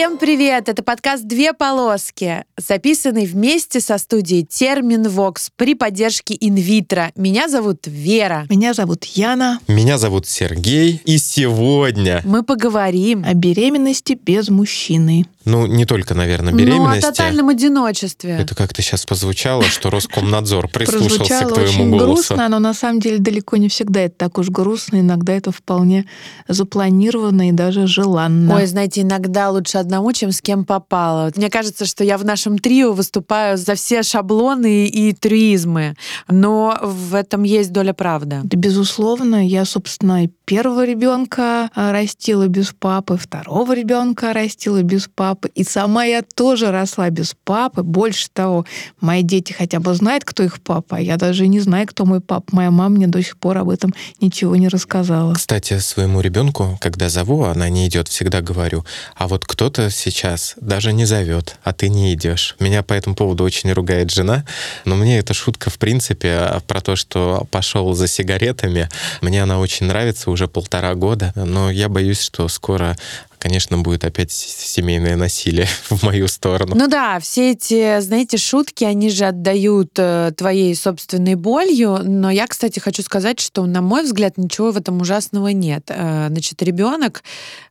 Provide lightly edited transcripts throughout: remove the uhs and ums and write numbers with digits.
Всем привет! Это подкаст «Две полоски», записанный вместе со студией Терминвокс при поддержке инвитро. Меня зовут Вера. Меня зовут Яна. Меня зовут Сергей. И сегодня мы поговорим о беременности без мужчины. Ну, не только, наверное, беременности. Ну, о тотальном одиночестве. Это как-то сейчас позвучало, что Роскомнадзор прислушался к твоему очень голосу. Грустно, но на самом деле далеко не всегда это так уж грустно. Иногда это вполне запланировано и даже желанно. Ой, знаете, иногда лучше одному, чем с кем попало. Мне кажется, что я в нашем трио выступаю за все шаблоны и трюизмы, но в этом есть доля правды. Да, безусловно. Я, собственно, и первого ребенка растила без папы, второго ребенка растила без папы, и сама я тоже росла без папы. Больше того, мои дети хотя бы знают, кто их папа, а я даже не знаю, кто мой папа. Моя мама мне до сих пор об этом ничего не рассказала. Кстати, своему ребенку, когда зову, она не идет, всегда говорю: а вот кто-то сейчас даже не зовет, а ты не идешь. Меня по этому поводу очень ругает жена, но мне эта шутка, в принципе, про то, что пошел за сигаретами, мне она очень нравится уже 1,5 года, но я боюсь, что скоро, конечно, будет опять семейное насилие в мою сторону. Ну да, все эти, знаете, шутки, они же отдают твоей собственной болью, но я, кстати, хочу сказать, что, на мой взгляд, ничего в этом ужасного нет. Значит, ребенок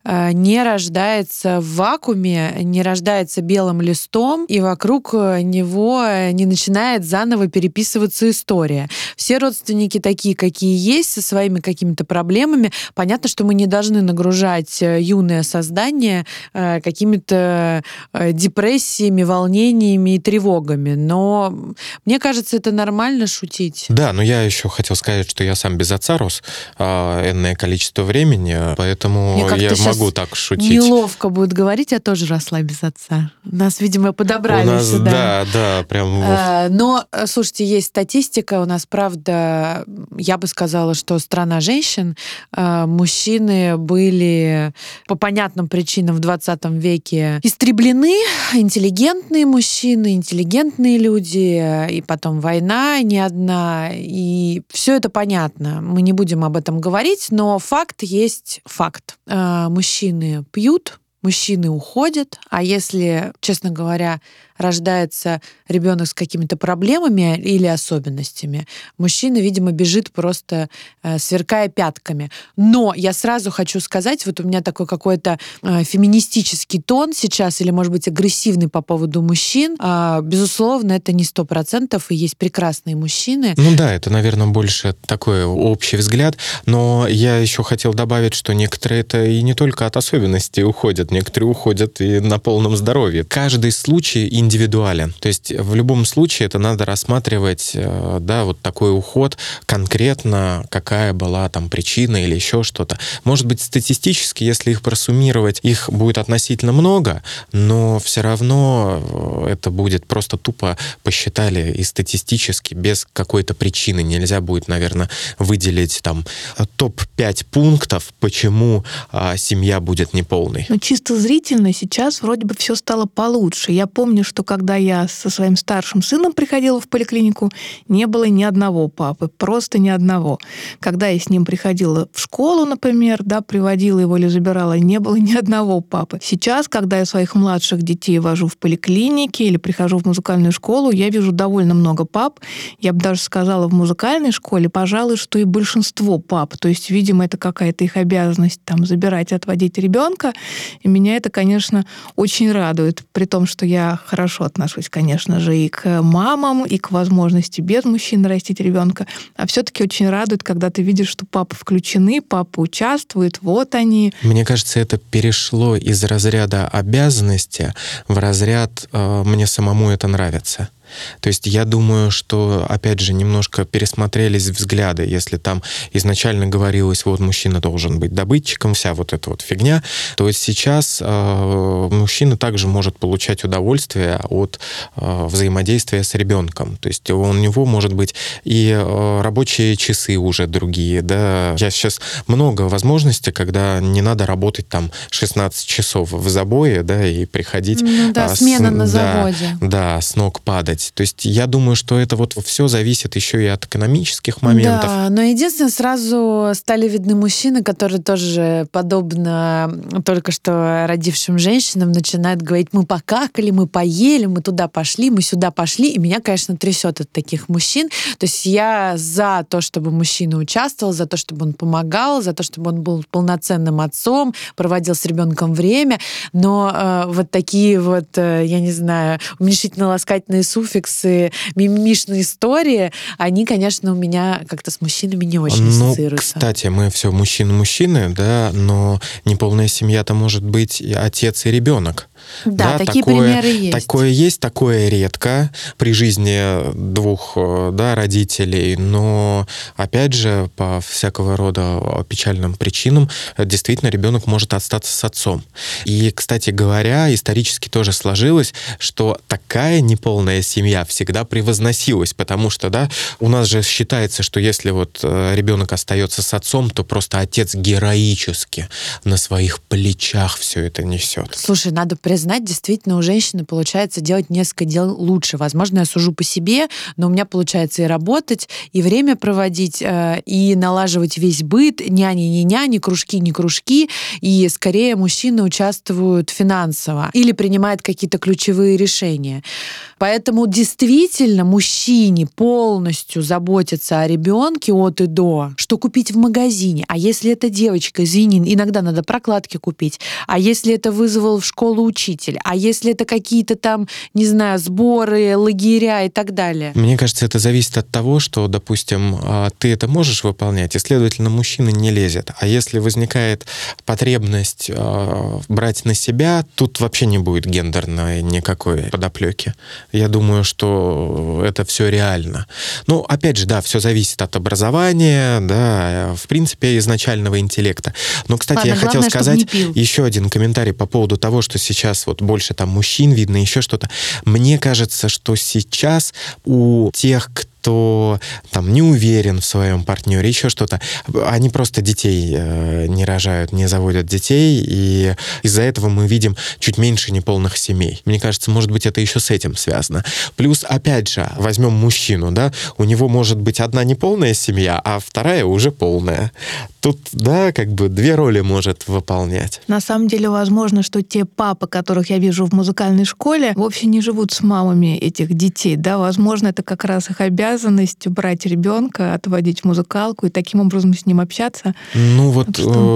не рождается в вакууме, не рождается белым листом, и вокруг него не начинает заново переписываться история. Все родственники такие, какие есть, со своими какими-то проблемами. Понятно, что мы не должны нагружать юное создание какими-то депрессиями, волнениями и тревогами. Но мне кажется, это нормально шутить. Да, но я еще хотел сказать, что я сам без отца рос энное количество времени, поэтому я могу так шутить. Неловко будет говорить, я тоже росла без отца. Нас, видимо, подобрали у нас, сюда. Да, прям... Но, слушайте, есть статистика, у нас, правда, я бы сказала, что страна женщин, мужчины были по понятным причинам в 20 веке истреблены, интеллигентные мужчины, интеллигентные люди, и потом война не одна, и все это понятно. Мы не будем об этом говорить, но факт есть факт. Мужчины пьют, мужчины уходят, а если, честно говоря, рождается ребенок с какими-то проблемами или особенностями, мужчина, видимо, бежит просто сверкая пятками. Но я сразу хочу сказать, вот у меня такой какой-то феминистический тон сейчас, или, может быть, агрессивный по поводу мужчин. Безусловно, это не 100%, и есть прекрасные мужчины. Ну да, это, наверное, больше такой общий взгляд, но я еще хотел добавить, что некоторые это и не только от особенностей уходят, некоторые уходят и на полном здоровье. Каждый случай индивидуален. То есть в любом случае это надо рассматривать, да, вот такой уход конкретно, какая была там причина или еще что-то. Может быть, статистически, если их просуммировать, их будет относительно много, но все равно это будет просто тупо посчитали и статистически без какой-то причины. Нельзя будет, наверное, выделить там топ-5 пунктов, почему семья будет неполной. Но чисто зрительно сейчас вроде бы все стало получше. Я помню, что когда я со своим старшим сыном приходила в поликлинику, не было ни одного папы, просто ни одного. Когда я с ним приходила в школу, например, да, приводила его или забирала, не было ни одного папы. Сейчас, когда я своих младших детей вожу в поликлинике или прихожу в музыкальную школу, я вижу довольно много пап. Я бы даже сказала, в музыкальной школе, пожалуй, что и большинство пап. То есть, видимо, это какая-то их обязанность там забирать, отводить ребенка. И меня это, конечно, очень радует, при том, что я хорошо отношусь, конечно же, и к мамам, и к возможности без мужчин растить ребенка. А все-таки очень радует, когда ты видишь, что папы включены, папы участвуют, вот они. Мне кажется, это перешло из разряда обязанности в разряд «мне самому это нравится». То есть я думаю, что, опять же, немножко пересмотрелись взгляды. Если там изначально говорилось, вот мужчина должен быть добытчиком, вся вот эта вот фигня, то сейчас мужчина также может получать удовольствие от взаимодействия с ребенком. То есть у него может быть и рабочие часы уже другие. Да? Я сейчас много возможностей, когда не надо работать там 16 часов в забое, да, и приходить... смена на заводе. Да, с ног падать. понять. То есть я думаю, что это вот все зависит еще и от экономических моментов. Да, но единственное, сразу стали видны мужчины, которые тоже, подобно только что родившим женщинам, начинают говорить: мы покакали, мы поели, мы туда пошли, мы сюда пошли. И меня, конечно, трясет от таких мужчин. То есть я за то, чтобы мужчина участвовал, за то, чтобы он помогал, за то, чтобы он был полноценным отцом, проводил с ребенком время. Но вот такие вот, я не знаю, уменьшительно-ласкательные суффиксы, мимимишные истории, они, конечно, у меня как-то с мужчинами не очень ассоциируются. Кстати, мы все мужчины, да, но неполная семья-то может быть и отец, и ребенок. Да, такие примеры есть. Такое есть, такое редко при жизни двух, да, родителей, но, опять же, по всякого рода печальным причинам действительно ребенок может остаться с отцом. И, кстати говоря, исторически тоже сложилось, что такая неполная семья всегда превозносилась, потому что, да, у нас же считается, что если вот ребенок остается с отцом, то просто отец героически на своих плечах все это несет. Слушай, надо признать, действительно, у женщины получается делать несколько дел лучше. Возможно, я сужу по себе, но у меня получается и работать, и время проводить, и налаживать весь быт, няни, не няни, кружки, не кружки, и скорее мужчины участвуют финансово или принимают какие-то ключевые решения. Поэтому действительно мужчине полностью заботиться о ребенке от и до, что купить в магазине. А если это девочка, извини, иногда надо прокладки купить. А если это вызвал в школу учитель? А если это какие-то там, не знаю, сборы, лагеря и так далее? Мне кажется, это зависит от того, что, допустим, ты это можешь выполнять, и, следовательно, мужчина не лезет. А если возникает потребность брать на себя, тут вообще не будет гендерной никакой подоплеки. Я думаю, что это все реально. Ну, опять же, да, все зависит от образования, да, в принципе, изначального интеллекта. Но, кстати, Ладно, я хотел главное, сказать чтобы не пил. еще один комментарий по поводу того, что сейчас вот больше там мужчин видно, еще что-то. Мне кажется, что сейчас у тех, кто там не уверен в своем партнере, еще что-то, они просто детей не рожают, не заводят детей, и из-за этого мы видим чуть меньше неполных семей. Мне кажется, может быть, это еще с этим связано. Плюс, опять же, возьмем мужчину, да, у него может быть одна неполная семья, а вторая уже полная. Тут, да, как бы две роли может выполнять. На самом деле, возможно, что те папы, которых я вижу в музыкальной школе, вовсе не живут с мамами этих детей, да, возможно, это как раз их обязанность брать ребенка, отводить в музыкалку и таким образом с ним общаться. Ну вот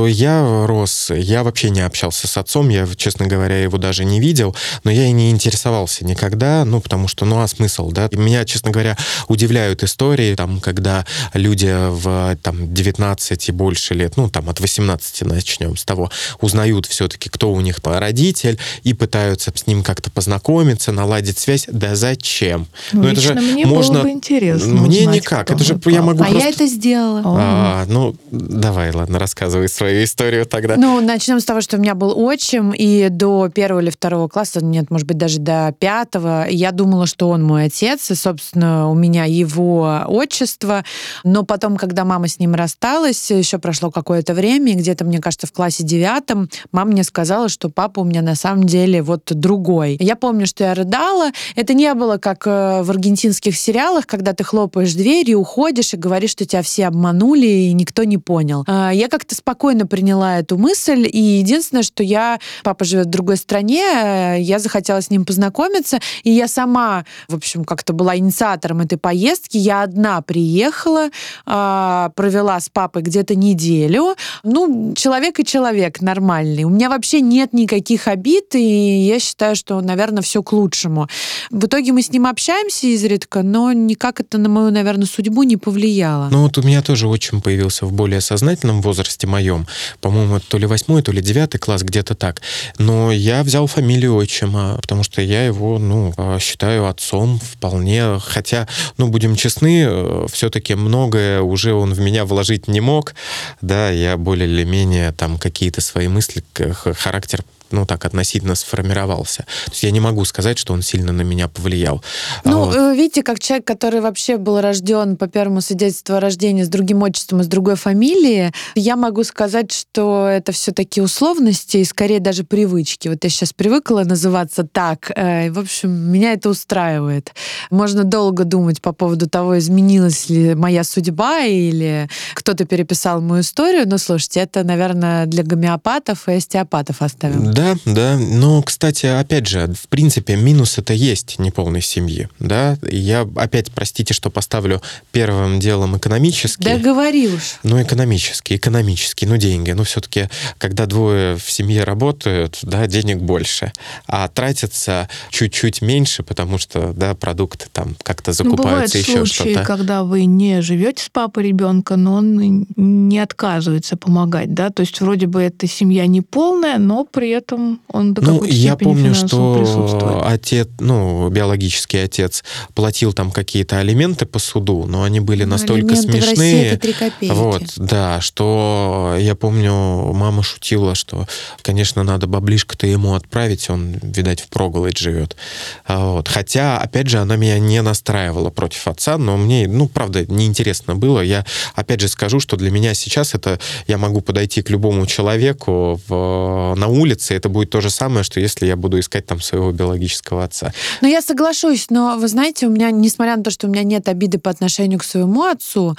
я рос, я вообще не общался с отцом, я, честно говоря, его даже не видел, но я и не интересовался никогда, ну потому что, ну а смысл, да? Меня, честно говоря, удивляют истории, там, когда люди в там, 19 и больше лет, ну там от 18 начнем с того, узнают все-таки, кто у них родитель, и пытаются с ним как-то познакомиться, наладить связь. Да зачем? Ну, это же мне можно... было бы интересно. Мне узнать, никак. Это же я могу просто... я это сделала. Ну, давай, ладно, рассказывай свою историю тогда. Ну, начнем с того, что у меня был отчим, и до 1 или 2 класса, нет, может быть, даже до 5, я думала, что он мой отец, и, собственно, у меня его отчество. Но потом, когда мама с ним рассталась, еще прошло какое-то время, и где-то, мне кажется, в классе 9 мама мне сказала, что папа у меня на самом деле вот другой. Я помню, что я рыдала. Это не было как в аргентинских сериалах, когда ты хлопаешь дверью, уходишь и говоришь, что тебя все обманули, и никто не понял. Я как-то спокойно приняла эту мысль, и единственное, что папа живет в другой стране, я захотела с ним познакомиться, и я сама, в общем, как-то была инициатором этой поездки. Я одна приехала, провела с папой где-то неделю. Ну, человек и человек нормальный. У меня вообще нет никаких обид, и я считаю, что, наверное, все к лучшему. В итоге мы с ним общаемся изредка, но никак это на мою, наверное, судьбу не повлияло. Ну вот у меня тоже отчим появился в более сознательном возрасте моем. По-моему, то ли 8, то ли 9 класс, где-то так. Но я взял фамилию отчима, потому что я его, считаю отцом вполне. Хотя, будем честны, все-таки многое уже он в меня вложить не мог. Да, я более или менее там какие-то свои мысли, характер так относительно сформировался. То есть я не могу сказать, что он сильно на меня повлиял. Видите, как человек, который вообще был рожден по первому свидетельству о рождении с другим отчеством и с другой фамилией, я могу сказать, что это все-таки условности и скорее даже привычки. Вот я сейчас привыкла называться так. В общем, меня это устраивает. Можно долго думать по поводу того, изменилась ли моя судьба или кто-то переписал мою историю. Но, слушайте, это, наверное, для гомеопатов и остеопатов оставим. Да. Но, кстати, опять же, в принципе, минус это есть неполной семьи. Да? И я опять, простите, что поставлю первым делом экономический. Да говори уж. Экономический, деньги. Все-таки, когда двое в семье работают, да, денег больше, а тратится чуть-чуть меньше, потому что, да, продукты там как-то закупаются, еще бывают что-то. случаи, когда вы не живете с папой ребенка, но он не отказывается помогать, да? То есть вроде бы эта семья не полная, но при этом он до какой-то степени я помню, финансово присутствует. что отец, биологический отец платил там какие-то алименты по суду, но они были настолько алименты смешные. В России это 3 копейки. Что я помню, мама шутила, что, конечно, надо баблишко-то ему отправить, он, видать, впроголодь живет. Хотя, опять же, она меня не настраивала против отца, но мне, правда, неинтересно было. Я, опять же, скажу, что для меня сейчас я могу подойти к любому человеку на улице, это будет то же самое, что если я буду искать там своего биологического отца. Я соглашусь, но вы знаете, у меня, несмотря на то, что у меня нет обиды по отношению к своему отцу,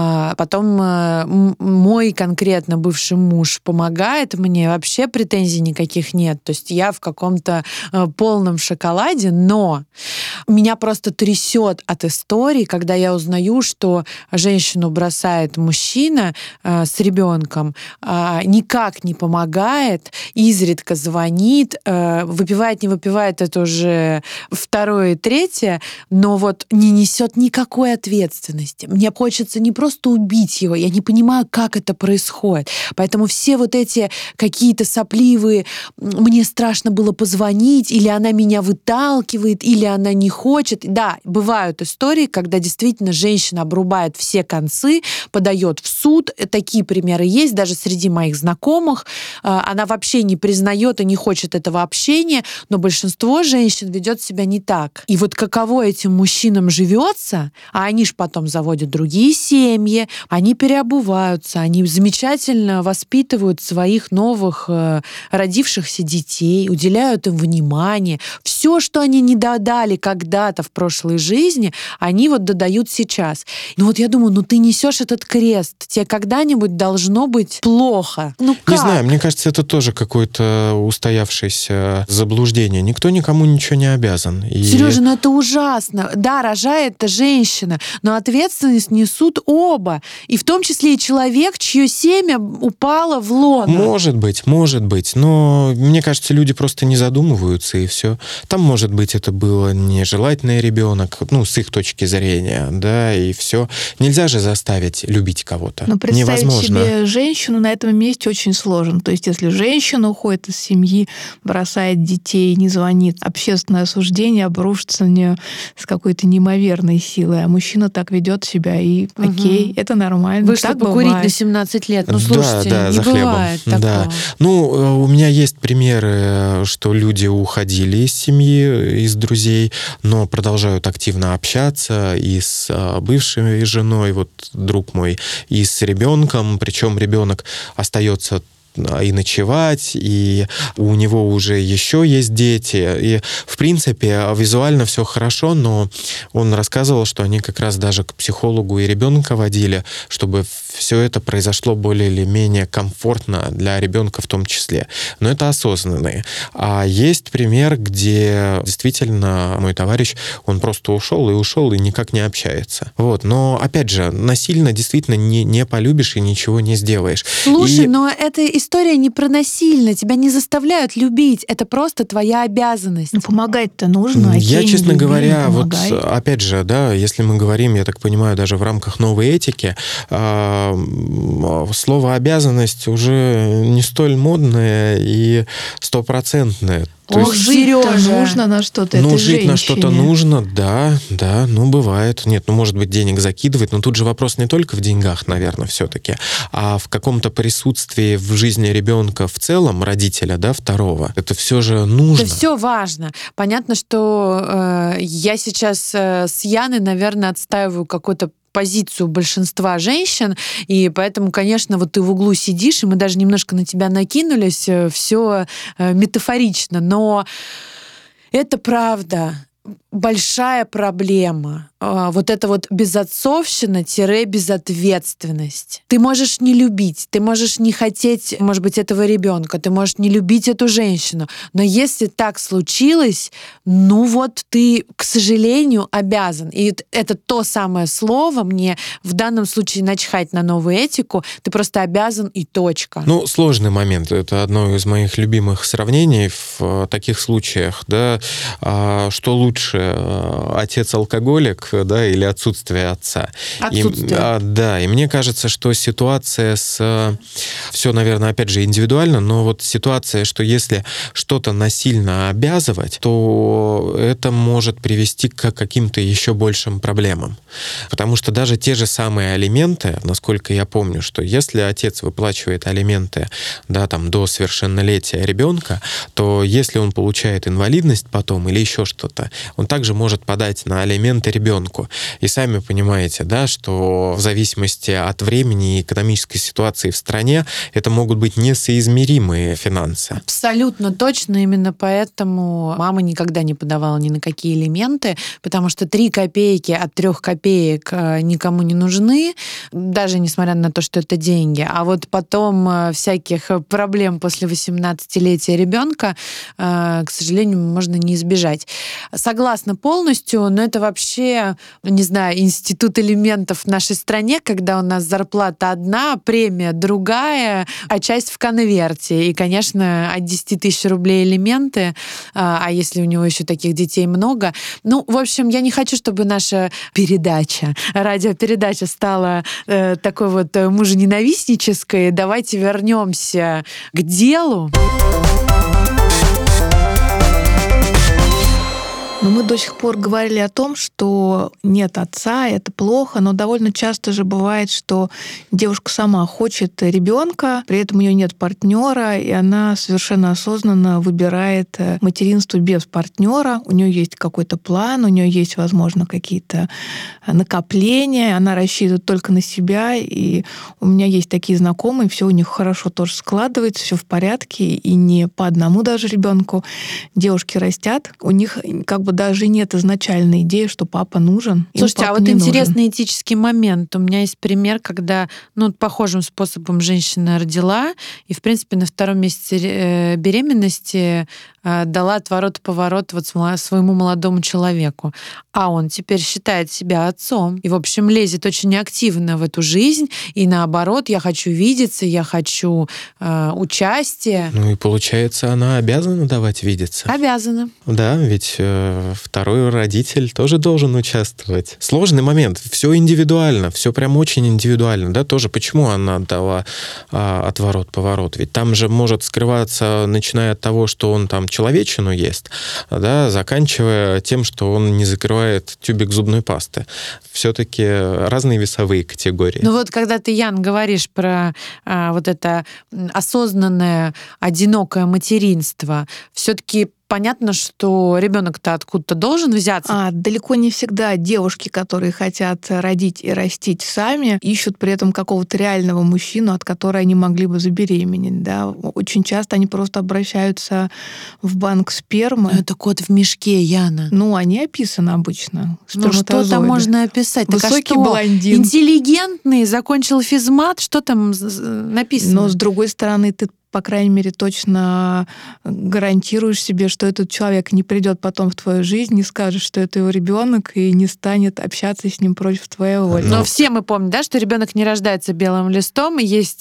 потом мой конкретно бывший муж помогает мне, вообще претензий никаких нет. То есть я в каком-то полном шоколаде, но меня просто трясет от истории, когда я узнаю, что женщину бросает мужчина с ребенком, никак не помогает, изредка звонит, выпивает, не выпивает, это уже второе и третье, но не несет никакой ответственности. Мне хочется не просто убить его, я не понимаю, как это происходит. Поэтому все эти какие-то сопливые, мне страшно было позвонить, или она меня выталкивает, или она не хочет. Да, бывают истории, когда действительно женщина обрубает все концы, подает в суд. Такие примеры есть даже среди моих знакомых. Она вообще не признает и не хочет этого общения, но большинство женщин ведет себя не так. И каково этим мужчинам живется, а они ж потом заводят другие семьи, они переобуваются, они замечательно воспитывают своих новых родившихся детей, уделяют им внимание. Все, что они не додали когда-то в прошлой жизни, они додают сейчас. Я думаю, ты несешь этот крест, тебе когда-нибудь должно быть плохо. Как? Не знаю, мне кажется, это тоже какое-то устоявшееся заблуждение. Никто никому ничего не обязан. Сережа, это ужасно. Да, рожает женщина, но ответственность несут оба. И в том числе и человек, чье семя упало в лоно. Может быть. Но мне кажется, люди просто не задумываются, и все. Там, может быть, это было нежелательный ребенок, с их точки зрения, да, и все. Нельзя же заставить любить кого-то. Но представить невозможно. себе женщину на этом месте очень сложно. То есть, если женщина уходит из семьи, бросает детей, не звонит, общественное осуждение обрушится на нее с какой-то неимоверной силой. А мужчина так ведет себя, и окей, это нормально. Вышла так покурить бывает. на 17 лет. Слушайте, да, не за бывает хлебом. такого. Да. У меня есть примеры, что люди уходили из семьи, из друзей, но продолжают активно общаться и с бывшей женой, друг мой, и с ребенком, причем ребенок остается и ночевать, и у него уже еще есть дети. И, в принципе, визуально все хорошо, но он рассказывал, что они как раз даже к психологу и ребенка водили, чтобы все это произошло более или менее комфортно для ребенка в том числе. Но это осознанные. А есть пример, где действительно мой товарищ, он просто ушел и никак не общается. Но, опять же, насильно действительно не полюбишь и ничего не сделаешь. Слушай, но эта история не про насильно. Тебя не заставляют любить. Это просто твоя обязанность. Помогать-то нужно. Я, честно говоря, помогай. опять же, да, если мы говорим, я так понимаю, даже в рамках новой этики, слово «обязанность» уже не столь модное и стопроцентное. Ох, жить-то нужно на что-то, ну, это жить женщине. на что-то нужно, да, ну, бывает. Нет, ну, может быть, денег закидывать, но тут же вопрос не только в деньгах, наверное, все-таки, а в каком-то присутствии в жизни ребенка в целом, родителя, да, второго. Это все же нужно. Это все важно. Понятно, что я сейчас с Яной, наверное, отстаиваю какой-то позицию большинства женщин, и поэтому, конечно, вот ты в углу сидишь, и мы даже немножко на тебя накинулись, все метафорично, но это правда. Большая проблема. Вот это вот безотцовщина-безответственность. Ты можешь не любить, ты можешь не хотеть, может быть, этого ребенка, ты можешь не любить эту женщину, но если так случилось, ну вот ты, к сожалению, обязан. И это то самое слово, мне в данном случае начхать на новую этику, ты просто обязан и точка. Ну, сложный момент. Это одно из моих любимых сравнений в таких случаях, да, что лучше, отец-алкоголик, да, или отсутствие отца. Отсутствие. Да, и мне кажется, что ситуация все, наверное, опять же, индивидуально, но вот ситуация, что если что-то насильно обязывать, то это может привести к каким-то еще большим проблемам. Потому что даже те же самые алименты, насколько я помню, что если отец выплачивает алименты, да, там, до совершеннолетия ребенка, то если он получает инвалидность потом или еще что-то, он также может подать на алименты ребенку. И сами понимаете, да, что в зависимости от времени и экономической ситуации в стране это могут быть несоизмеримые финансы. Абсолютно точно. Именно поэтому мама никогда не подавала ни на какие элементы, потому что 3 копейки от 3 копеек никому не нужны, даже несмотря на то, что это деньги. А вот потом всяких проблем после 18-летия ребенка, к сожалению, можно не избежать. Согласна полностью, но это вообще, не знаю, институт элементов в нашей стране, когда у нас зарплата одна, премия другая, а часть в конверте. И, конечно, от 10 тысяч рублей элементы, а если у него еще таких детей много. Ну, в общем, я не хочу, чтобы наша передача, радиопередача стала такой вот мужененавистнической. Давайте вернемся к делу. Но мы до сих пор говорили о том, что нет отца, это плохо, но довольно часто же бывает, что девушка сама хочет ребенка, при этом у нее нет партнера, и она совершенно осознанно выбирает материнство без партнера. У нее есть какой-то план, у нее есть, возможно, какие-то накопления, она рассчитывает только на себя, и у меня есть такие знакомые, все у них хорошо тоже складывается, все в порядке, и не по одному даже ребенку девушки растят, у них как бы даже нет изначальной идеи, что папа нужен. Слушайте, а вот интересный этический момент. У меня есть пример, когда похожим способом женщина родила, и, в принципе, на 2-м месяце беременности дала отворот-поворот вот своему молодому человеку. А он теперь считает себя отцом. И, в общем, лезет очень активно в эту жизнь. И наоборот, я хочу видеться, я хочу участия. Ну и получается, она обязана давать видеться. Обязана. Да, ведь второй родитель тоже должен участвовать. Сложный момент. Все индивидуально, все прям очень индивидуально. Да, тоже почему она дала отворот-поворот? Ведь там же может скрываться, начиная от того, что он там человечину ест, да, заканчивая тем, что он не закрывает тюбик зубной пасты. Все-таки разные весовые категории. Ну вот, когда ты, Ян, говоришь про вот это осознанное, одинокое материнство, все-таки понятно, что ребенок-то откуда-то должен взяться. Далеко не всегда девушки, которые хотят родить и растить сами, ищут при этом какого-то реального мужчину, от которого они могли бы забеременеть. Да? Очень часто они просто обращаются в банк спермы. Это кот в мешке, Яна. Они описаны обычно. Ну что там можно описать? Высокий блондин. Интеллигентный, закончил физмат, что там написано? Но, с другой стороны, ты по крайней мере, точно гарантируешь себе, что этот человек не придет потом в твою жизнь, не скажет, что это его ребенок, и не станет общаться с ним против твоей воли. Но все мы помним, да, что ребенок не рождается белым листом, и есть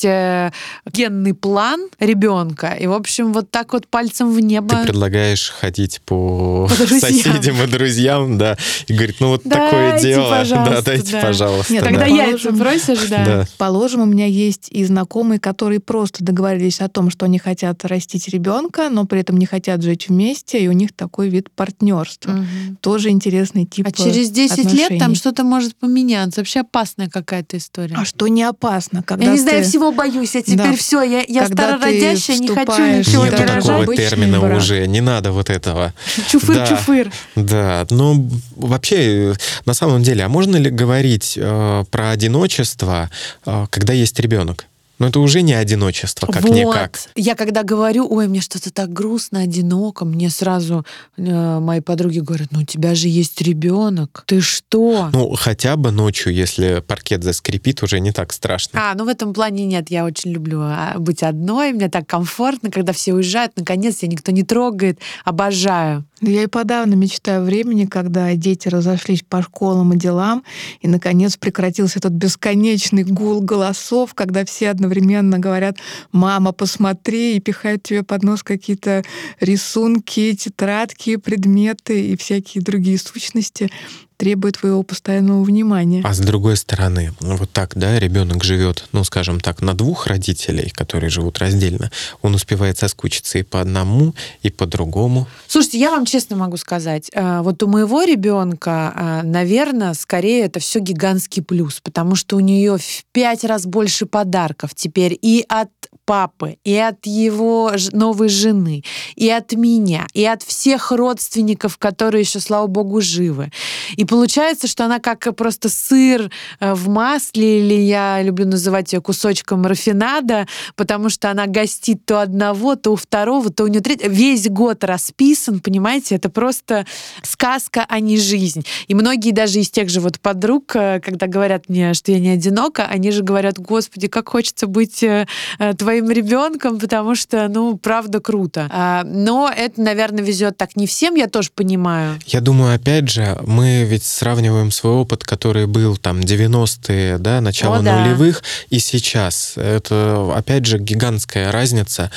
генный план ребенка. И, в общем, вот так вот пальцем в небо. Ты предлагаешь ходить по соседям и друзьям, да, и говорить, ну вот такое дело. Да, дайте, пожалуйста. Нет, когда яйца просишь, да. Положим, у меня есть и знакомые, которые просто договорились о том, что они хотят растить ребенка, но при этом не хотят жить вместе, и у них такой вид партнерства. Угу. Тоже интересный тип отношений. А через 10 лет там что-то может поменяться. Вообще опасная какая-то история. А что не опасно? Когда я не знаю, всего боюсь. Я теперь все, я старородящая, не хочу ничего Нету такого термина уже, не надо вот этого. Чуфыр-чуфыр. Да, ну вообще, на самом деле, а можно ли говорить про одиночество, когда есть ребенок? Но это уже не одиночество, как-никак. Я когда говорю, ой, мне что-то так грустно, одиноко, мне сразу мои подруги говорят, ну у тебя же есть ребенок, ты что? Ну, хотя бы ночью, если паркет заскрипит, уже не так страшно. Ну в этом плане нет, я очень люблю быть одной, мне так комфортно, когда все уезжают, наконец, тебя никто не трогает, обожаю. Я и подавно мечтаю о времени, когда дети разошлись по школам и делам, и, наконец, прекратился этот бесконечный гул голосов, когда все одновременно говорят «мама, посмотри», и пихают тебе под нос какие-то рисунки, тетрадки, предметы и всякие другие сущности, требует твоего постоянного внимания. А с другой стороны, вот так, да, ребенок живет, ну, скажем так, на двух родителей, которые живут раздельно, он успевает соскучиться и по одному, и по другому. Слушайте, я вам честно могу сказать, вот у моего ребенка, наверное, скорее это все гигантский плюс, потому что у нее в 5 раз больше подарков теперь и от папы, и от его новой жены, и от меня, и от всех родственников, которые еще, слава богу, живы. И получается, что она как просто сыр в масле, или я люблю называть ее кусочком рафинада, потому что она гостит то одного, то у второго, то у нее третьего. Весь год расписан, понимаете? Это просто сказка, а не жизнь. И многие даже из тех же вот подруг, когда говорят мне, что я не одинока, они же говорят, господи, как хочется быть твоим ребенком, потому что, ну, правда, круто. Но это, наверное, везет так не всем, я тоже понимаю. Я думаю, опять же, мы ведь сравниваем свой опыт, который был там 90-е, да, начало нулевых, и сейчас. Это, опять же, гигантская разница.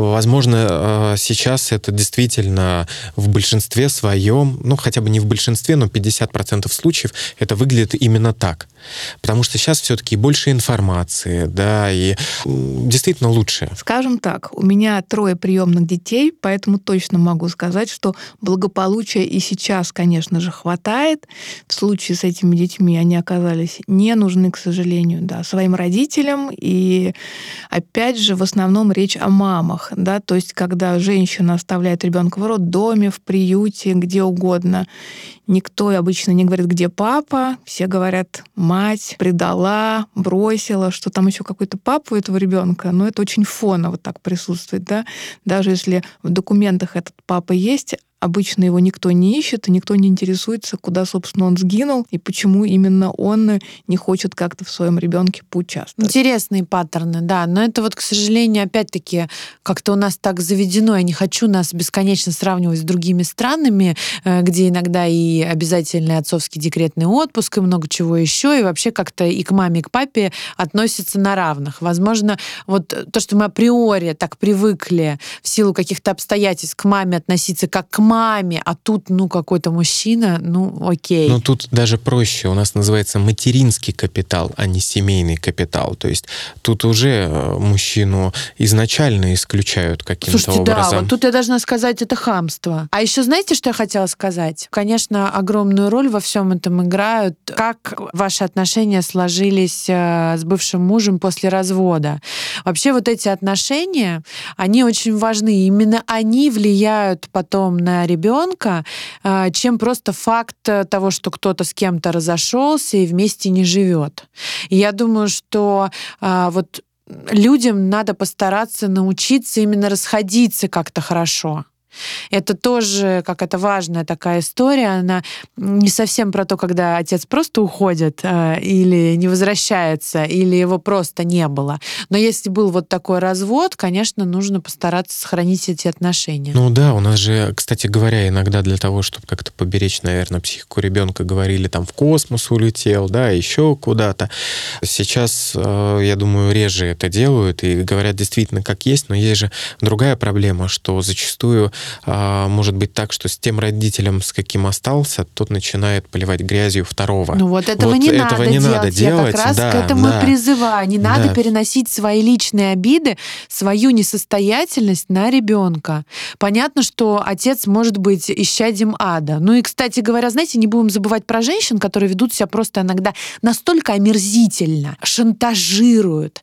Возможно, сейчас это действительно в большинстве своем, ну, хотя бы не в большинстве, но 50% случаев это выглядит именно так. Потому что сейчас все-таки больше информации, да, и действительно лучше. Скажем так, у меня 3 приемных детей, поэтому точно могу сказать, что благополучия и сейчас, конечно же, хватает. В случае с этими детьми они оказались не нужны, к сожалению, да, своим родителям. И опять же, в основном речь о мамах, да, то есть когда женщина оставляет ребенка в роддоме, в приюте, где угодно, никто обычно не говорит, где папа, все говорят, мать предала, бросила, что там еще какой-то папа у этого ребенка, но это очень фоново так присутствует, да, даже если в документах этот папа есть, обычно его никто не ищет, и никто не интересуется, куда, собственно, он сгинул, и почему именно он не хочет как-то в своем ребенке поучаствовать. Интересные паттерны, да. Но это вот, к сожалению, опять-таки, как-то у нас так заведено. Я не хочу нас бесконечно сравнивать с другими странами, где иногда и обязательный отцовский декретный отпуск, и много чего еще, и вообще как-то и к маме, и к папе относятся на равных. Возможно, вот то, что мы априори так привыкли в силу каких-то обстоятельств к маме относиться как к маме, а тут, ну, какой-то мужчина, ну, окей. Но тут даже проще. У нас называется материнский капитал, а не семейный капитал. То есть тут уже мужчину изначально исключают каким-то образом. Слушайте, да, вот тут я должна сказать, это хамство. А еще знаете, что я хотела сказать? Конечно, огромную роль во всем этом играют, как ваши отношения сложились с бывшим мужем после развода. Вообще вот эти отношения, они очень важны. Именно они влияют потом на ребенка, чем просто факт того, что кто-то с кем-то разошелся и вместе не живет. И я думаю, что вот людям надо постараться научиться именно расходиться как-то хорошо. Это тоже какая-то важная такая история. Она не совсем про то, когда отец просто уходит или не возвращается, или его просто не было. Но если был вот такой развод, конечно, нужно постараться сохранить эти отношения. Ну да, у нас же, кстати говоря, иногда для того, чтобы как-то поберечь, наверное, психику ребенка, говорили, там в космос улетел, да, еще куда-то. Сейчас, я думаю, реже это делают и говорят действительно как есть, но есть же другая проблема, что зачастую может быть так, что с тем родителем, с каким остался, тот начинает поливать грязью второго. Ну вот этого не надо делать. Я как раз к этому и призываю. Не надо переносить свои личные обиды, свою несостоятельность на ребенка. Понятно, что отец может быть исчадьем ада. Ну и, кстати говоря, знаете, не будем забывать про женщин, которые ведут себя просто иногда настолько омерзительно, шантажируют,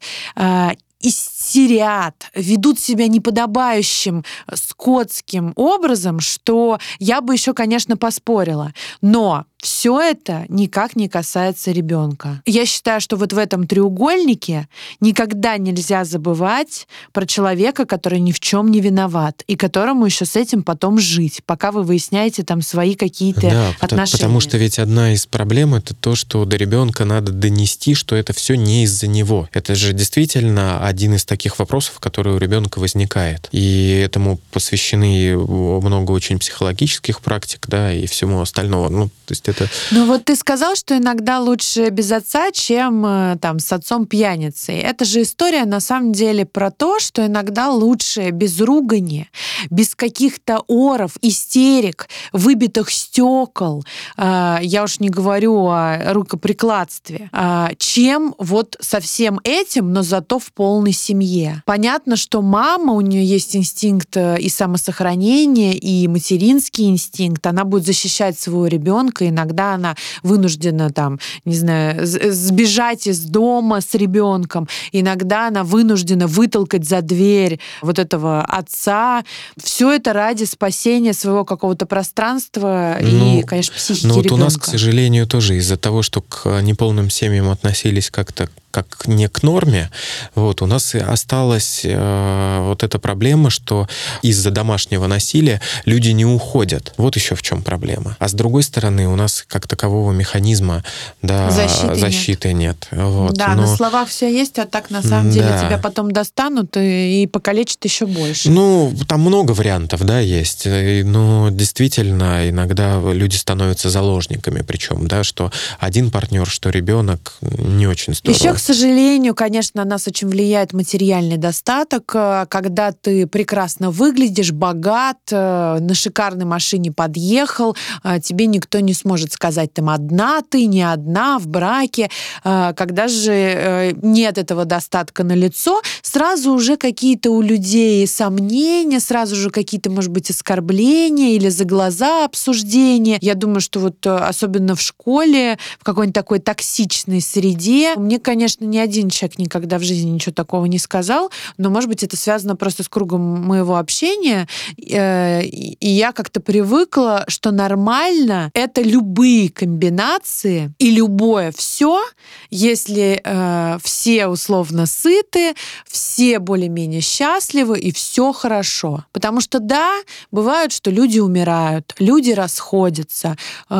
истерят, ведут себя неподобающим, скотским образом, что я бы еще, конечно, поспорила. Но все это никак не касается ребенка. Я считаю, что вот в этом треугольнике никогда нельзя забывать про человека, который ни в чем не виноват, и которому еще с этим потом жить, пока вы выясняете там свои какие-то отношения. Потому что ведь одна из проблем — это то, что до ребенка надо донести, что это все не из-за него. Это же действительно один из таких вопросов, которые у ребенка возникает. И этому посвящены много очень психологических практик, да, и всему остального. Ну, то есть это... Ну вот ты сказал, что иногда лучше без отца, чем там с отцом пьяницей. Это же история на самом деле про то, что иногда лучше без ругани, без каких-то оров, истерик, выбитых стекол, я уж не говорю о рукоприкладстве, чем вот со всем этим, но зато в полной семье. Понятно, что мама, у нее есть инстинкт и самосохранения, и материнский инстинкт, она будет защищать своего ребенка, иногда она вынуждена там, не знаю, сбежать из дома с ребенком, иногда она вынуждена вытолкать за дверь вот этого отца. Все это ради спасения своего какого-то пространства и, конечно, психики ребенка. Вот у нас, к сожалению, тоже из-за того, что к неполным семьям относились как-то как не к норме, вот, у нас и осталась вот эта проблема, что из-за домашнего насилия люди не уходят. Вот еще в чем проблема. А с другой стороны, у нас как такового механизма защиты нет. Вот. Да, на словах все есть, а так на самом деле тебя потом достанут и покалечат еще больше. Ну, там много вариантов, да, есть. Но действительно, иногда люди становятся заложниками, причем, да, что один партнер, что ребенок, не очень здорово. Еще, к сожалению, конечно, на нас очень влияет материальный достаток, когда ты прекрасно выглядишь, богат, на шикарной машине подъехал, тебе никто не сможет сказать, там, одна ты, не одна, в браке. Когда же нет этого достатка налицо, сразу уже какие-то у людей сомнения, сразу же какие-то, может быть, оскорбления или за глаза обсуждения. Я думаю, что вот особенно в школе, в какой-нибудь такой токсичной среде, мне, конечно, ни один человек никогда в жизни ничего такого не сказал, но, может быть, это связано просто с кругом моего общения, и я как-то привыкла, что нормально — это любые комбинации и любое все, если все условно сыты, все более-менее счастливы и все хорошо. Потому что, да, бывает, что люди умирают, люди расходятся,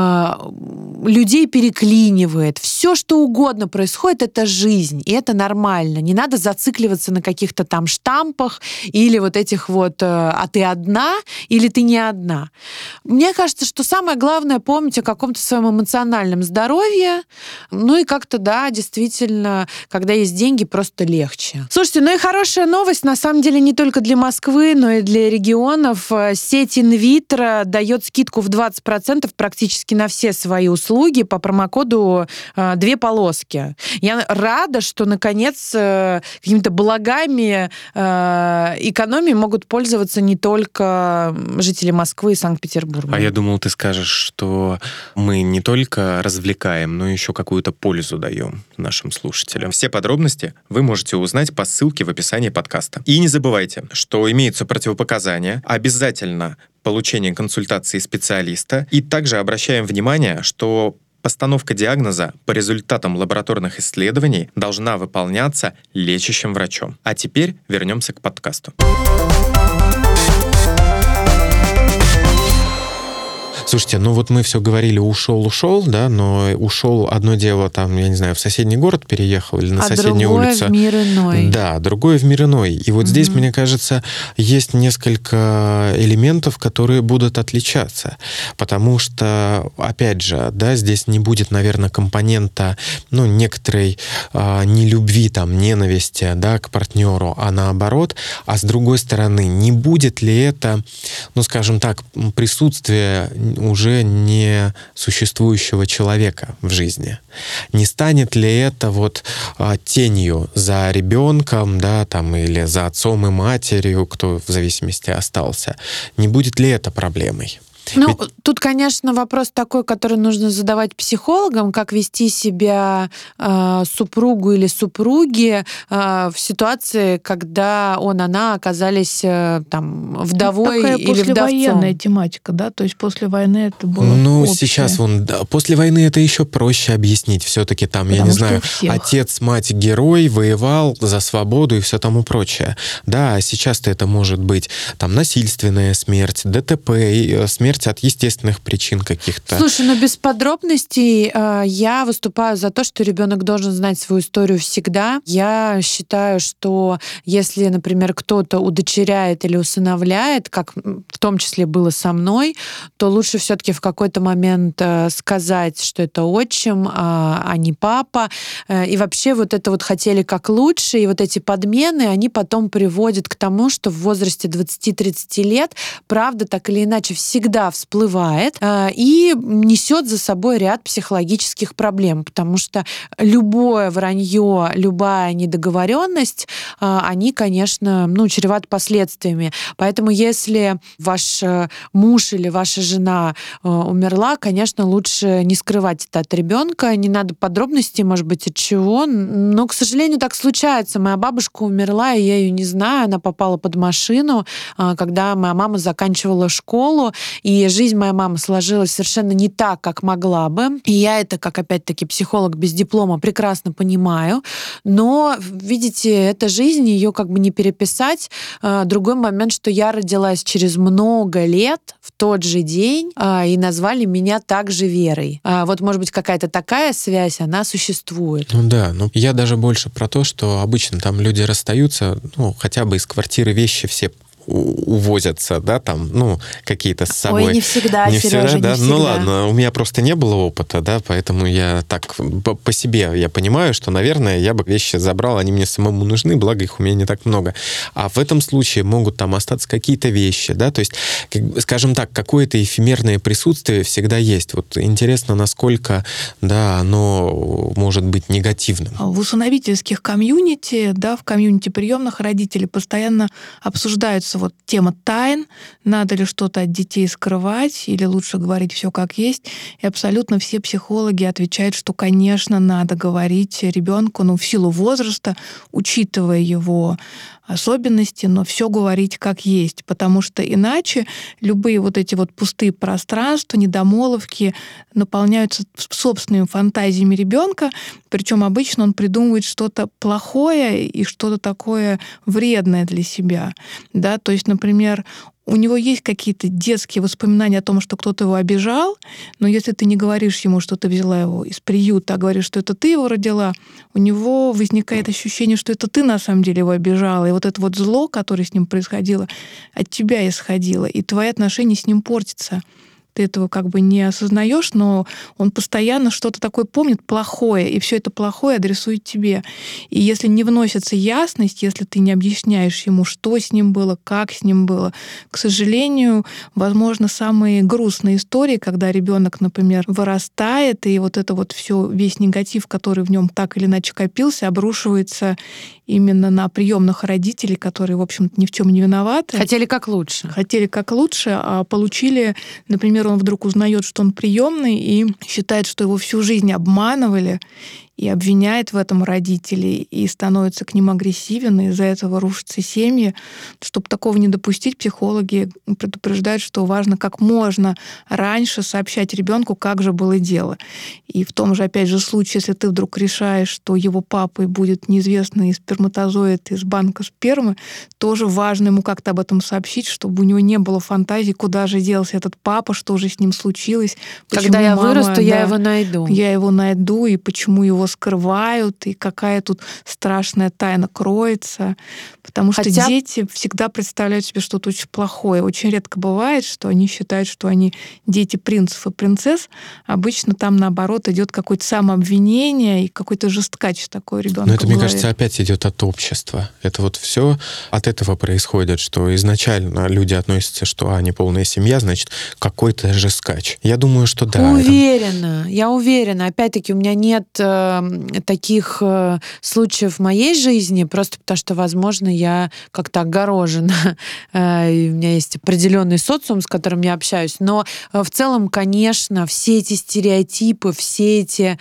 людей переклинивает, все, что угодно происходит, это жизнь, и это нормально. Не надо зацикливаться на каких-то там штампах или вот этих вот «а ты одна» или «ты не одна». Мне кажется, что самое главное — помнить о каком-то своем эмоциональном здоровье, ну и как-то, да, действительно, когда есть деньги, просто легче. Слушайте, ну и хорошая новость, на самом деле, не только для Москвы, но и для регионов. Сеть Инвитро дает скидку в 20% практически на все свои услуги по промокоду «Две полоски». Я рада, что, наконец, какими-то благами экономии могут пользоваться не только жители Москвы и Санкт-Петербурга. А я думал, ты скажешь, что мы не только развлекаем, но еще какую-то пользу даем нашим слушателям. Все подробности вы можете узнать по ссылке в описании подкаста. И не забывайте, что имеются противопоказания, обязательно получение консультации специалиста, и также обращаем внимание, что постановка диагноза по результатам лабораторных исследований должна выполняться лечащим врачом. А теперь вернемся к подкасту. Слушайте, ну вот мы все говорили, ушел, да, но ушел одно дело, там, я не знаю, в соседний город переехал или на соседнюю улицу. А другое в мир иной. Да, другое в мир иной. И вот здесь, мне кажется, есть несколько элементов, которые будут отличаться. Потому что, опять же, да, здесь не будет, наверное, компонента, ну, некоторой нелюбви, там, ненависти, да, к партнеру, а наоборот. А с другой стороны, не будет ли это, ну, скажем так, присутствие уже не существующего человека в жизни? Не станет ли это вот тенью за ребенком, да, там, или за отцом и матерью, кто в зависимости остался? Не будет ли это проблемой? Ну, тут, конечно, вопрос такой, который нужно задавать психологам, как вести себя супругу или супруге в ситуации, когда она оказались там вдовой такая или вдовцом. послевоенная тематика, да? То есть после войны это было Ну, общее. сейчас после войны это еще проще объяснить. Все-таки там, я не знаю, отец, мать, герой, воевал за свободу и все тому прочее. Да, а сейчас-то это может быть там насильственная смерть, ДТП, смерть от естественных причин каких-то. Слушай, ну без подробностей я выступаю за то, что ребенок должен знать свою историю всегда. Я считаю, что если, например, кто-то удочеряет или усыновляет, как в том числе было со мной, то лучше все-таки в какой-то момент сказать, что это отчим, а не папа. И вообще вот это вот хотели как лучше, и вот эти подмены, они потом приводят к тому, что в возрасте 20-30 лет правда так или иначе всегда всплывает и несет за собой ряд психологических проблем, потому что любое вранье, любая недоговоренность, они, конечно, чреваты последствиями. Поэтому если ваш муж или ваша жена умерла, конечно, лучше не скрывать это от ребенка, не надо подробностей, может быть, от чего, но, к сожалению, так случается. Моя бабушка умерла, и я ее не знаю, она попала под машину, когда моя мама заканчивала школу, и жизнь моей мамы сложилась совершенно не так, как могла бы. И я это, как опять-таки психолог без диплома, прекрасно понимаю. Но, видите, эта жизнь, ее как бы не переписать. Другой момент, что я родилась через много лет в тот же день, и назвали меня также Верой. Вот, может быть, какая-то такая связь, она существует. Ну да, я даже больше про то, что обычно там люди расстаются, хотя бы из квартиры вещи все увозятся, да, там, какие-то с собой. Ой, не всегда, не Сережа, всегда, да? не всегда. Ну ладно, у меня просто не было опыта, да, поэтому я так по себе я понимаю, что, наверное, я бы вещи забрал, они мне самому нужны, благо их у меня не так много. А в этом случае могут там остаться какие-то вещи, да, то есть, скажем так, какое-то эфемерное присутствие всегда есть. Вот интересно, насколько, да, оно может быть негативным. В усыновительских комьюнити, да, в комьюнити приемных родителей постоянно обсуждаются вот тема тайн, надо ли что-то от детей скрывать или лучше говорить все как есть. И абсолютно все психологи отвечают, что, конечно, надо говорить ребенку, в силу возраста, учитывая его особенности, но все говорить как есть, потому что иначе любые вот эти вот пустые пространства, недомолвки наполняются собственными фантазиями ребенка, причем обычно он придумывает что-то плохое и что-то такое вредное для себя. Да? То есть, например, у него есть какие-то детские воспоминания о том, что кто-то его обижал, но если ты не говоришь ему, что ты взяла его из приюта, а говоришь, что это ты его родила, у него возникает ощущение, что это ты на самом деле его обижала. И вот это вот зло, которое с ним происходило, от тебя исходило, и твои отношения с ним портятся. Ты этого как бы не осознаешь, но он постоянно что-то такое помнит плохое, и все это плохое адресует тебе. И если не вносится ясность, если ты не объясняешь ему, что с ним было, как с ним было, к сожалению, возможно, самые грустные истории, когда ребенок, например, вырастает, и вот это вот все, весь негатив, который в нем так или иначе копился, обрушивается именно на приемных родителей, которые, в общем-то, ни в чем не виноваты. Хотели как лучше. Хотели как лучше, а получили, например, он вдруг узнает, что он приемный, и считает, что его всю жизнь обманывали, и обвиняет в этом родителей, и становится к ним агрессивен, и из-за этого рушатся семьи. Чтобы такого не допустить, психологи предупреждают, что важно как можно раньше сообщать ребенку, как же было дело. И в том же, опять же, случае, если ты вдруг решаешь, что его папой будет неизвестный сперматозоид из банка спермы, тоже важно ему как-то об этом сообщить, чтобы у него не было фантазии, куда же делся этот папа, что же с ним случилось. Когда я вырасту, я его найду. Я его найду, и почему его скрывают, и какая тут страшная тайна кроется. Потому что дети всегда представляют себе что-то очень плохое. Очень редко бывает, что они считают, что они дети принцев и принцесс. Обычно там, наоборот, идет какое-то самообвинение и какой-то жесткач такой ребенок. Но это, мне кажется, опять идет от общества. Это вот все от этого происходит, что изначально люди относятся, что они полная семья, значит, какой-то жесткач. Я думаю, что да. Я уверена. Опять-таки, у меня нет таких случаев в моей жизни, просто потому что, возможно, я как-то огорожена. И у меня есть определенный социум, с которым я общаюсь. Но в целом, конечно, все эти стереотипы, все эти...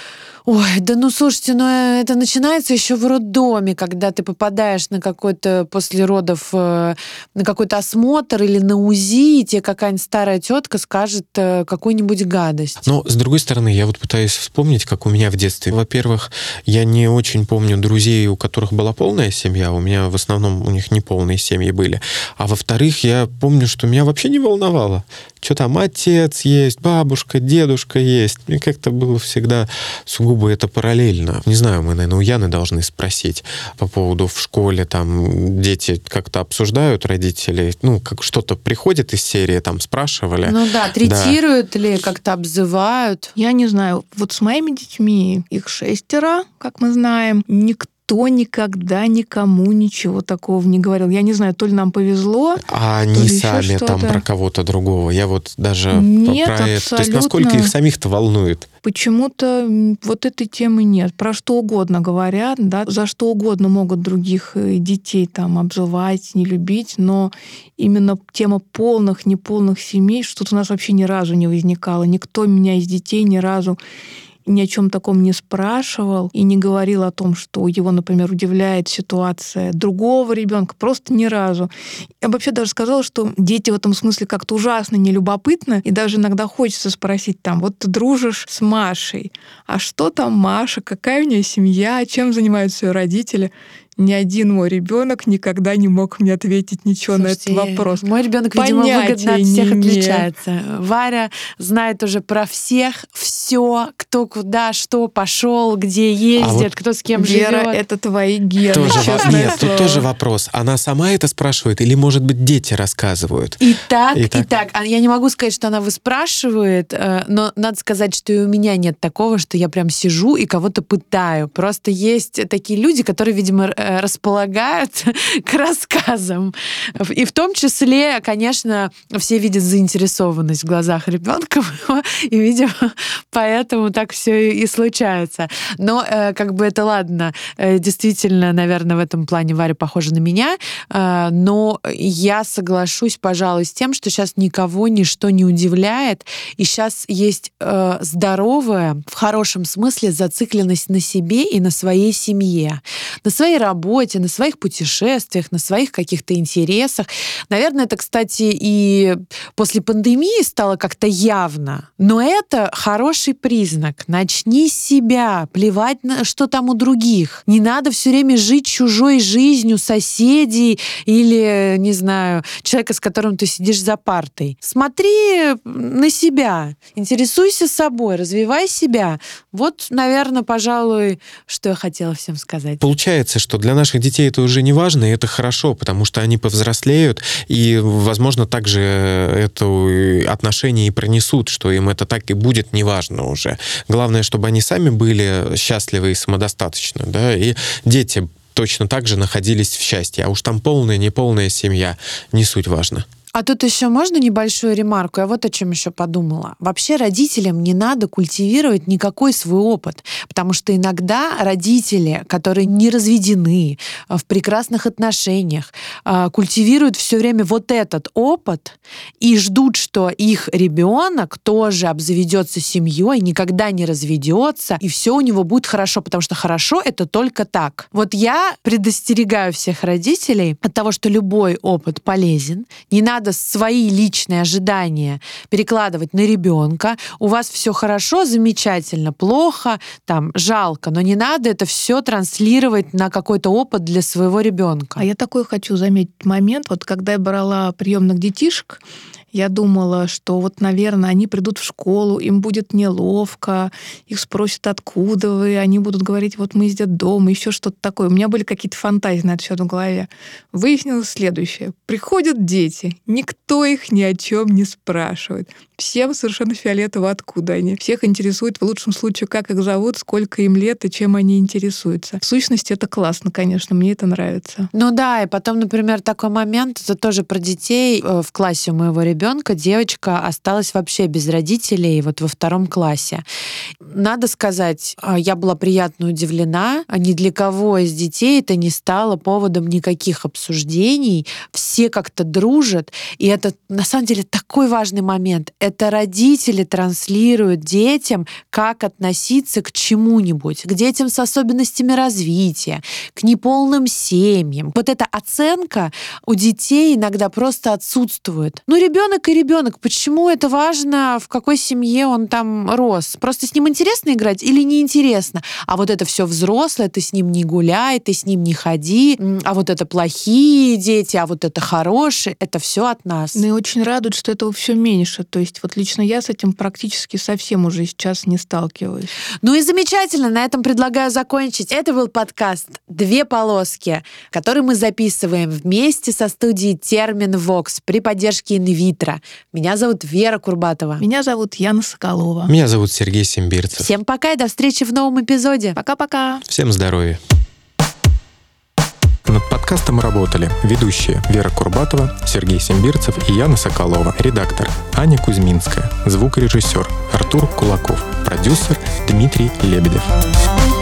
Ой, да ну слушайте, это начинается еще в роддоме, когда ты попадаешь на какой-то после родов на какой-то осмотр или на УЗИ, и тебе какая-нибудь старая тетка скажет какую-нибудь гадость. Но, с другой стороны, я вот пытаюсь вспомнить, как у меня в детстве. Во-первых, я не очень помню друзей, у которых была полная семья. У меня в основном у них неполные семьи были. А во-вторых, я помню, что меня вообще не волновало. Что там отец есть, бабушка, дедушка есть. Мне как-то было всегда сугубо это параллельно. Не знаю, мы, наверное, у Яны должны спросить по поводу в школе, там дети как-то обсуждают родителей, как что-то приходит из серии, там спрашивали. Третируют ли, как-то обзывают? Я не знаю. Вот с моими детьми, их 6, как мы знаем, никто никогда никому ничего такого не говорил. Я не знаю, то ли нам повезло, а они сами там про кого-то другого. Я вот даже нет, про абсолютно. это. То есть насколько их самих-то волнует? Почему-то вот этой темы нет. Про что угодно говорят, да, за что угодно могут других детей там обзывать, не любить, но именно тема полных, неполных семей, что-то у нас вообще ни разу не возникало. Никто меня из детей ни разу ни о чем таком не спрашивал и не говорил о том, что его, например, удивляет ситуация другого ребенка, просто ни разу. Я бы вообще даже сказала, что дети в этом смысле как-то ужасно нелюбопытны, и даже иногда хочется спросить там, вот ты дружишь с Машей, а что там Маша, какая у нее семья, чем занимаются ее родители? Ни один мой ребенок никогда не мог мне ответить ничего. Слушайте, на этот вопрос. Мой ребенок, видимо, выгодно от всех отличается. Варя знает уже про всех все, кто куда, что пошел, где ездит, кто с кем живет. Вера, это твои гены. Нет, тут тоже вопрос. Она сама это спрашивает, или, может быть, дети рассказывают? И так. Я не могу сказать, что она выспрашивает, но надо сказать, что и у меня нет такого, что я прям сижу и кого-то пытаю. Просто есть такие люди, которые, видимо, располагают к рассказам. И в том числе, конечно, все видят заинтересованность в глазах ребенка, и, видимо, поэтому так все и случается. Но это ладно. Действительно, наверное, в этом плане Варя похожа на меня, но я соглашусь, пожалуй, с тем, что сейчас никого ничто не удивляет, и сейчас есть здоровая, в хорошем смысле, зацикленность на себе и на своей семье, на своей работе, на своих путешествиях, на своих каких-то интересах. Наверное, это, кстати, и после пандемии стало как-то явно. Но это хороший признак. Начни с себя, плевать на что там у других. Не надо все время жить чужой жизнью соседей или, не знаю, человека, с которым ты сидишь за партой. Смотри на себя, интересуйся собой, развивай себя. Вот, наверное, пожалуй, что я хотела всем сказать. Получается, что для наших детей это уже не важно, и это хорошо, потому что они повзрослеют, и, возможно, также это отношение и пронесут, что им это так и будет неважно уже. Главное, чтобы они сами были счастливы и самодостаточны, да, и дети точно так же находились в счастье. А уж там полная, неполная семья, не суть важно. А тут еще можно небольшую ремарку? Я вот о чем еще подумала. Вообще родителям не надо культивировать никакой свой опыт, потому что иногда родители, которые не разведены, в прекрасных отношениях, культивируют все время вот этот опыт и ждут, что их ребенок тоже обзаведется семьей, никогда не разведется, и все у него будет хорошо, потому что хорошо — это только так. Вот я предостерегаю всех родителей от того, что любой опыт полезен. Не надо свои личные ожидания перекладывать на ребенка. У вас все хорошо, замечательно, плохо, там, жалко, но не надо это все транслировать на какой-то опыт для своего ребенка. А я такой хочу заметить момент. Вот когда я брала приемных детишек, я думала, что вот, наверное, они придут в школу, им будет неловко, их спросят, откуда вы, они будут говорить, вот мы из детдома, еще что-то такое. У меня были какие-то фантазии на это все в голове. Выяснилось следующее. Приходят дети, никто их ни о чем не спрашивает. Всем совершенно фиолетово, откуда они. Всех интересует, в лучшем случае, как их зовут, сколько им лет и чем они интересуются. В сущности, это классно, конечно, мне это нравится. Ну да, и потом, например, такой момент, это тоже про детей. В классе у моего ребенка девочка осталась вообще без родителей вот во 2 классе. Надо сказать, я была приятно удивлена. Ни для кого из детей это не стало поводом никаких обсуждений. Все как-то дружат. И это, на самом деле, такой важный момент. Это родители транслируют детям, как относиться к чему-нибудь, к детям с особенностями развития, к неполным семьям. Вот эта оценка у детей иногда просто отсутствует. Ну, ребенок и ребенок. Почему это важно, в какой семье он там рос? Просто с ним интересно играть или неинтересно? А вот это все взрослое, ты с ним не гуляй, ты с ним не ходи, а вот это плохие дети, а вот это хорошие, это все от нас. Ну и очень радует, что этого все меньше. То есть вот лично я с этим практически совсем уже сейчас не сталкиваюсь. Ну и замечательно, на этом предлагаю закончить. Это был подкаст «Две полоски», который мы записываем вместе со студией Терминвокс при поддержке Инвитро. Меня зовут Вера Курбатова. Меня зовут Яна Соколова. Меня зовут Сергей Симбирцев. Всем пока и до встречи в новом эпизоде. Пока-пока. Всем здоровья. Над подкастом работали ведущие Вера Курбатова, Сергей Симбирцев и Яна Соколова, редактор Аня Кузьминская, звукорежиссер Артур Кулаков, продюсер Дмитрий Лебедев.